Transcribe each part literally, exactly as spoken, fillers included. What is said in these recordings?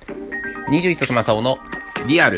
にじゅういっさつ正雄のリアル。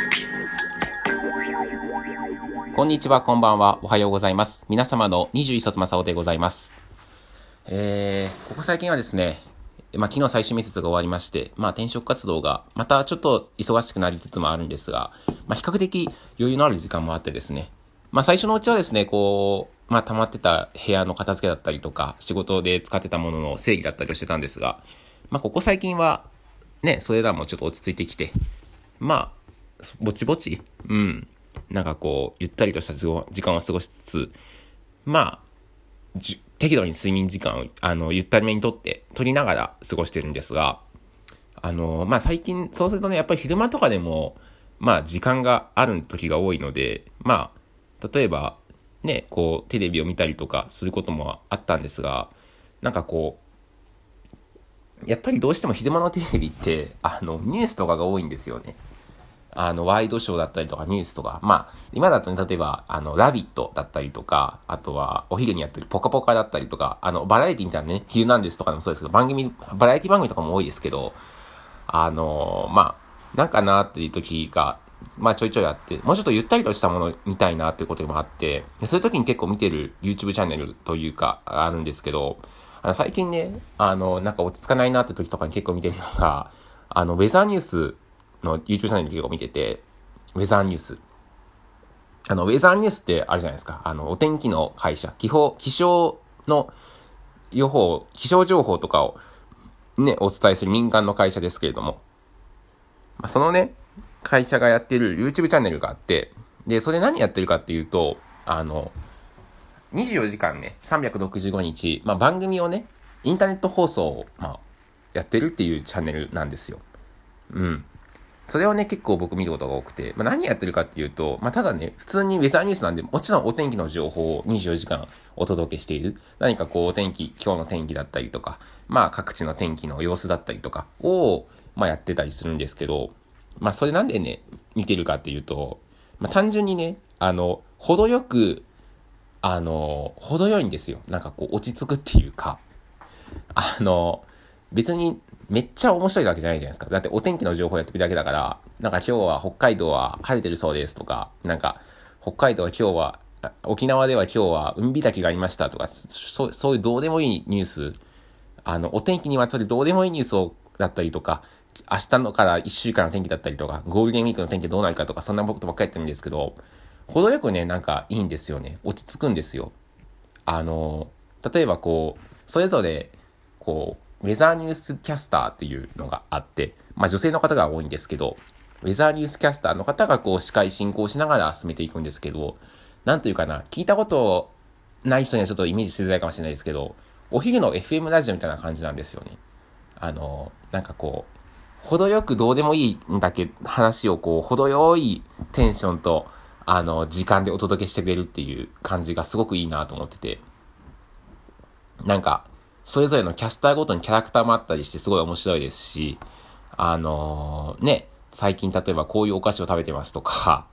こんにちは、こんばんは、おはようございます。皆様のにじゅういっさつ正雄でございます。えー、ここ最近はですね、まあ昨日最終面接が終わりまして、まあ転職活動がまたちょっと忙しくなりつつもあるんですが、まあ比較的余裕のある時間もあってですね、まあ最初のうちはですね、こう、まあ溜まってた部屋の片付けだったりとか、仕事で使ってたものの整理だったりをしてたんですが、まあここ最近はね、それらもちょっと落ち着いてきて、まあ、ぼちぼち、うん、なんかこう、ゆったりとした時間を過ごしつつ、まあ、適度に睡眠時間を、あの、ゆったりめにとって、取りながら過ごしてるんですが、あの、まあ最近、そうするとね、やっぱり昼間とかでも、まあ時間がある時が多いので、まあ、例えば、ね、こう、テレビを見たりとかすることもあったんですが、なんかこう、やっぱりどうしても昼間のテレビって、あの、ニュースとかが多いんですよね。あの、ワイドショーだったりとかニュースとか、まあ、今だとね、例えば、あの、ラビットだったりとか、あとは、お昼にやってるポカポカだったりとか、あの、バラエティみたいなね、ヒルナンデスとかでもそうですけど、番組、バラエティ番組とかも多いですけど、あの、まあ、なんかなっていう時が、まあちょいちょいあって、もうちょっとゆったりとしたものを見たいなっていうこともあって、そういう時に結構見てる YouTube チャンネルというか、あるんですけど、あの最近ね、あの、なんか落ち着かないなって時とかに結構見てるのが、あの、ウェザーニュースの YouTube チャンネル結構見てて、ウェザーニュース。あの、ウェザーニュースってあるじゃないですか。あの、お天気の会社、気候、気象の予報、気象情報とかをね、お伝えする民間の会社ですけれども、まあ、そのね、会社がやってる YouTube チャンネルがあって、で、それ何やってるかっていうと、あの、にじゅうよじかんね、さんびゃくろくじゅうごにち、まあ、番組をね、インターネット放送を、まあ、やってるっていうチャンネルなんですよ。うん。それをね、結構僕見ることが多くて、まあ、何やってるかっていうと、まあ、ただね、普通にウェザーニュースなんで、もちろんお天気の情報をにじゅうよじかんお届けしている。何かこう、お天気、今日の天気だったりとか、まあ、各地の天気の様子だったりとかを、まあ、やってたりするんですけど、まあ、それなんでね、見てるかっていうと、まあ、単純にね、あの、程よく、あの、程よいんですよ。なんかこう、落ち着くっていうか、あの、別にめっちゃ面白いわけじゃないじゃないですか。だってお天気の情報やってるだけだから、なんか今日は北海道は晴れてるそうですとか、なんか北海道は今日は、沖縄では今日は海開きがありましたとか、そう、そういうどうでもいいニュース、あの、お天気にまつわるどうでもいいニュースを、だったりとか、明日のからいっしゅうかんの天気だったりとか、ゴールデンウィークの天気どうなるかとか、そんなことばっかりやってるんですけど、程よくね、なんかいいんですよね。落ち着くんですよ。あの、例えばこう、それぞれ、こう、ウェザーニュースキャスターっていうのがあって、まあ女性の方が多いんですけど、ウェザーニュースキャスターの方がこう司会進行しながら進めていくんですけど、なんというかな、聞いたことない人にはちょっとイメージしづらいかもしれないですけど、お昼の エフエム ラジオみたいな感じなんですよね。あの、なんかこう、程よくどうでもいいんだけ話をこう、程よいテンションと、あの、時間でお届けしてくれるっていう感じがすごくいいなと思ってて、なんか、それぞれのキャスターごとにキャラクターもあったりしてすごい面白いですし、あのー、ね、最近例えばこういうお菓子を食べてますとか、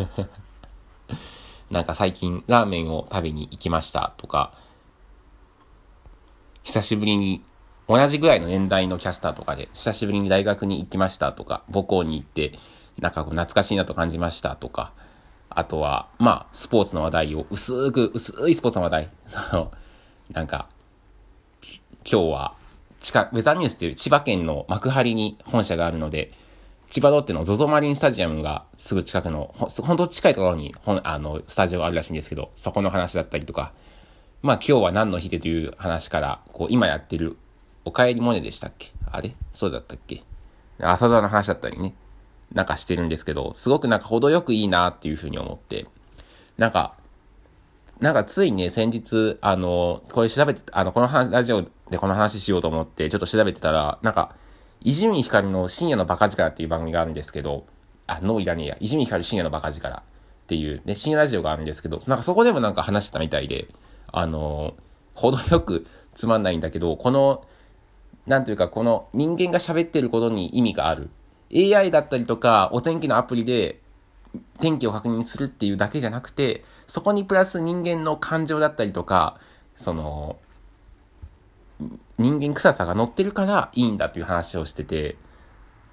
なんか最近ラーメンを食べに行きましたとか、久しぶりに同じぐらいの年代のキャスターとかで、久しぶりに大学に行きましたとか、母校に行って、なんかこう懐かしいなと感じましたとか、あとは、まあ、スポーツの話題を、薄く、薄いスポーツの話題、その、なんか、今日は、近、ウェザーニュースっていう千葉県の幕張に本社があるので、千葉ロッテの ゾゾ マリンスタジアムがすぐ近くの、ほ、ほんと近いところに、ほん、あの、スタジオがあるらしいんですけど、そこの話だったりとか、まあ今日は何の日でという話から、こう今やってる、おかえりモネでしたっけ？あれそうだったっけ？朝ドラの話だったりね、なんかしてるんですけど、すごくなんか程よくいいなっていうふうに思って、なんか、なんかついね、先日、あの、これ調べて、あの、この話、ラジオでこの話しようと思って、ちょっと調べてたら、なんか、伊集院光の深夜のバカ力っていう番組があるんですけど、あ、脳いらねえや、伊集院光深夜のバカ力っていう、ね、深夜ラジオがあるんですけど、なんかそこでもなんか話してたみたいで、あの、程よくつまんないんだけど、この、なんというか、この人間が喋ってることに意味がある。エーアイ だったりとか、お天気のアプリで、天気を確認するっていうだけじゃなくて、そこにプラス人間の感情だったりとか、その、人間臭さが乗ってるからいいんだっていう話をしてて、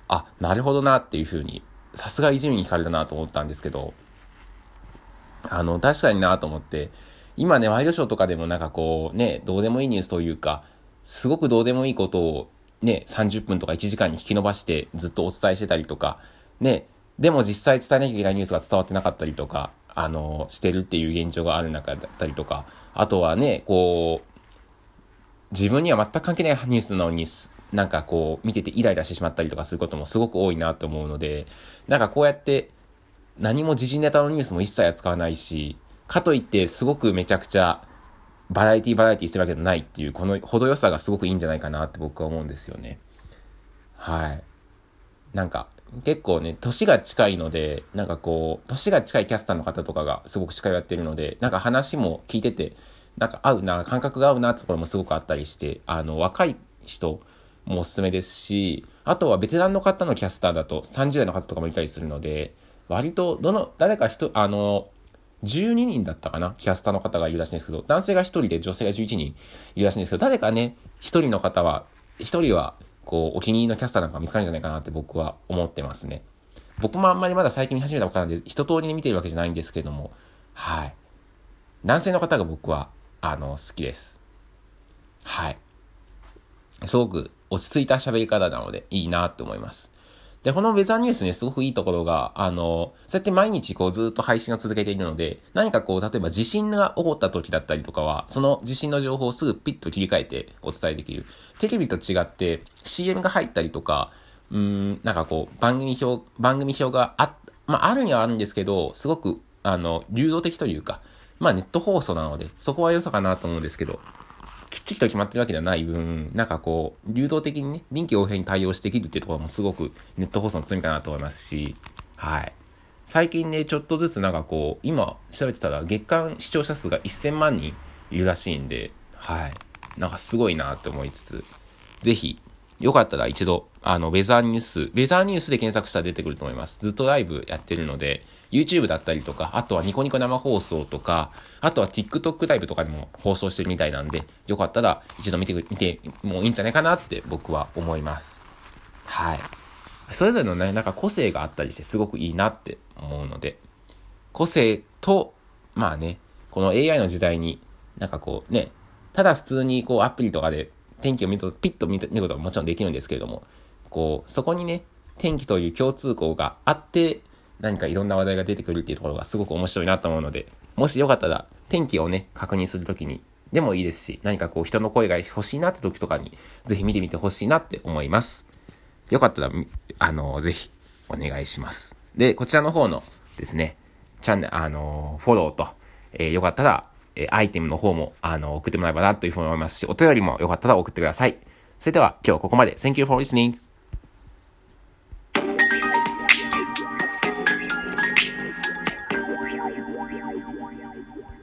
あ、なるほどなっていうふうに、さすが伊集院光だなと思ったんですけど、あの、確かになと思って、今ね、ワイドショーとかでもなんかこう、ね、どうでもいいニュースというか、すごくどうでもいいことを、ね、さんじゅっぷんとかいちじかんに引き延ばしてずっとお伝えしてたりとか、ね、でも実際伝えなきゃいけないニュースが伝わってなかったりとか、あの、してるっていう現状がある中だったりとか、あとはね、こう、自分には全く関係ないニュースなのに、なんかこう、見ててイライラしてしまったりとかすることもすごく多いなと思うので、なんかこうやって、何も時事ネタのニュースも一切扱わないし、かといってすごくめちゃくちゃバラエティバラエティしてるわけじゃないっていう、この程よさがすごくいいんじゃないかなって僕は思うんですよね。はい。なんか、結構ね、年が近いので、なんかこう、年が近いキャスターの方とかがすごく司会をやってるので、なんか話も聞いてて、なんか合うな、感覚が合うなってところもすごくあったりして、あの、若い人もおすすめですし、あとはベテランの方のキャスターだとさんじゅう代の方とかもいたりするので、割と、どの、誰か人、あの、じゅうににんだったかなキャスターの方がいるらしいんですけど、男性がひとりで女性がじゅういちにんいるらしいんですけど、誰かね、ひとりの方は、ひとりは、こう、お気に入りのキャスターなんか見つかるんじゃないかなって僕は思ってますね。僕もあんまりまだ最近見始めたことなんで、一通りに見てるわけじゃないんですけども、はい。男性の方が僕は、あの、好きです。はい。すごく落ち着いた喋り方なので、いいなって思います。で、このウェザーニュースね、すごくいいところが、あの、そうやって毎日こうずっと配信を続けているので、何かこう、例えば地震が起こった時だったりとかは、その地震の情報をすぐピッと切り替えてお伝えできる。テレビと違って、シーエム が入ったりとか、うーん、なんかこう、番組表、番組表があ、まあ、あるにはあるんですけど、すごく、あの、流動的というか、まあ、ネット放送なので、そこは良さかなと思うんですけど、きっちりと決まってるわけではない分、なんかこう、流動的にね、臨機応変に対応してできるっていうところもすごくネット放送の強みかなと思いますし、はい。最近ね、ちょっとずつなんかこう、今調べてたら月間視聴者数がせんまんにんいるらしいんで、はい。なんかすごいなって思いつつ、ぜひ、よかったら一度、あの、ウェザーニュース、ウェザーニュースで検索したら出てくると思います。ずっとライブやってるので、YouTube だったりとか、あとはニコニコ生放送とか、あとは TikTok ライブとかでも放送してるみたいなんで、よかったら一度見て、見てもいいんじゃないかなって僕は思います。はい。それぞれのね、なんか個性があったりしてすごくいいなって思うので、個性と、まあね、この エーアイ の時代に、なんかこうね、ただ普通にこうアプリとかで天気を見ると、ピッと見ることはもちろんできるんですけれども、こう、そこにね、天気という共通項があって、何かいろんな話題が出てくるっていうところがすごく面白いなと思うので、もしよかったら天気をね、確認するときにでもいいですし、何かこう人の声が欲しいなって時とかに、ぜひ見てみてほしいなって思います。よかったら、あの、ぜひお願いします。で、こちらの方のですね、チャンネル、あの、フォローと、えー、よかったら、えー、アイテムの方も、あの、送ってもらえばなというふうに思いますし、お便りもよかったら送ってください。それでは今日はここまで。Thank you for listening.